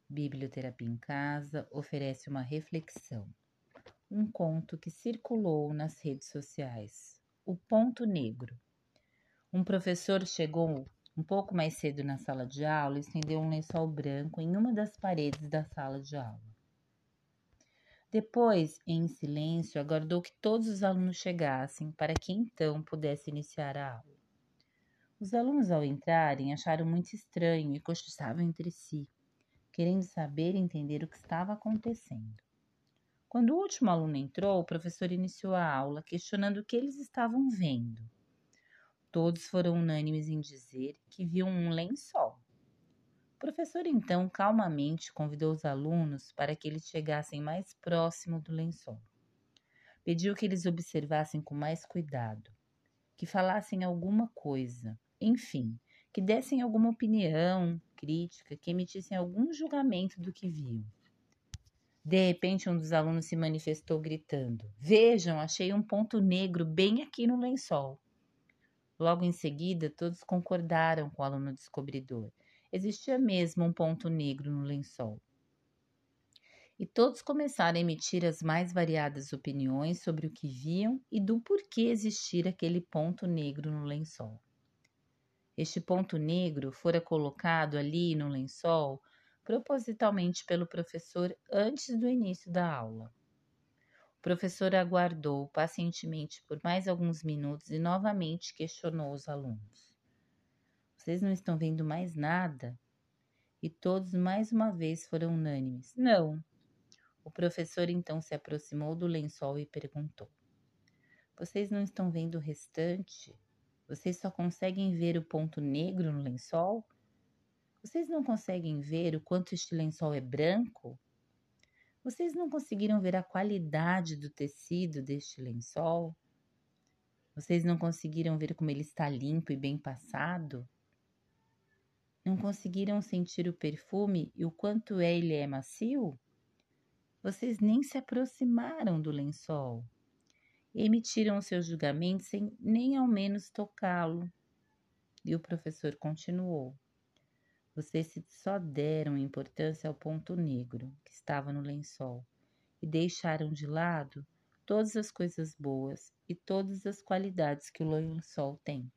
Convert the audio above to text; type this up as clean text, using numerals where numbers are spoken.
Biblioterapia em Casa oferece uma reflexão, um conto que circulou nas redes sociais. O Ponto Negro. Um professor chegou um pouco mais cedo na sala de aula e estendeu um lençol branco em uma das paredes da sala de aula. Depois, em silêncio, aguardou que todos os alunos chegassem para que então pudesse iniciar a aula. Os alunos, ao entrarem, acharam muito estranho e cochichavam entre si, querendo saber e entender o que estava acontecendo. Quando o último aluno entrou, o professor iniciou a aula, questionando o que eles estavam vendo. Todos foram unânimes em dizer que viam um lençol. O professor, então, calmamente convidou os alunos para que eles chegassem mais próximo do lençol. Pediu que eles observassem com mais cuidado, que falassem alguma coisa, enfim, que dessem alguma opinião, crítica, que emitissem algum julgamento do que viam. De repente, um dos alunos se manifestou gritando: "Vejam, achei um ponto negro bem aqui no lençol." Logo em seguida, todos concordaram com o aluno descobridor. Existia mesmo um ponto negro no lençol. E todos começaram a emitir as mais variadas opiniões sobre o que viam e do porquê existir aquele ponto negro no lençol. Este ponto negro fora colocado ali no lençol propositalmente pelo professor antes do início da aula. O professor aguardou pacientemente por mais alguns minutos e novamente questionou os alunos. Vocês não estão vendo mais nada? E todos mais uma vez foram unânimes. Não. O professor então se aproximou do lençol e perguntou: Vocês não estão vendo o restante? Vocês só conseguem ver o ponto negro no lençol? Vocês não conseguem ver o quanto este lençol é branco? Vocês não conseguiram ver a qualidade do tecido deste lençol? Vocês não conseguiram ver como ele está limpo e bem passado? Não conseguiram sentir o perfume e o quanto ele é macio? Vocês nem se aproximaram do lençol. Emitiram os seus julgamentos sem nem ao menos tocá-lo. E o professor continuou. Vocês só deram importância ao ponto negro que estava no lençol e deixaram de lado todas as coisas boas e todas as qualidades que o lençol tem.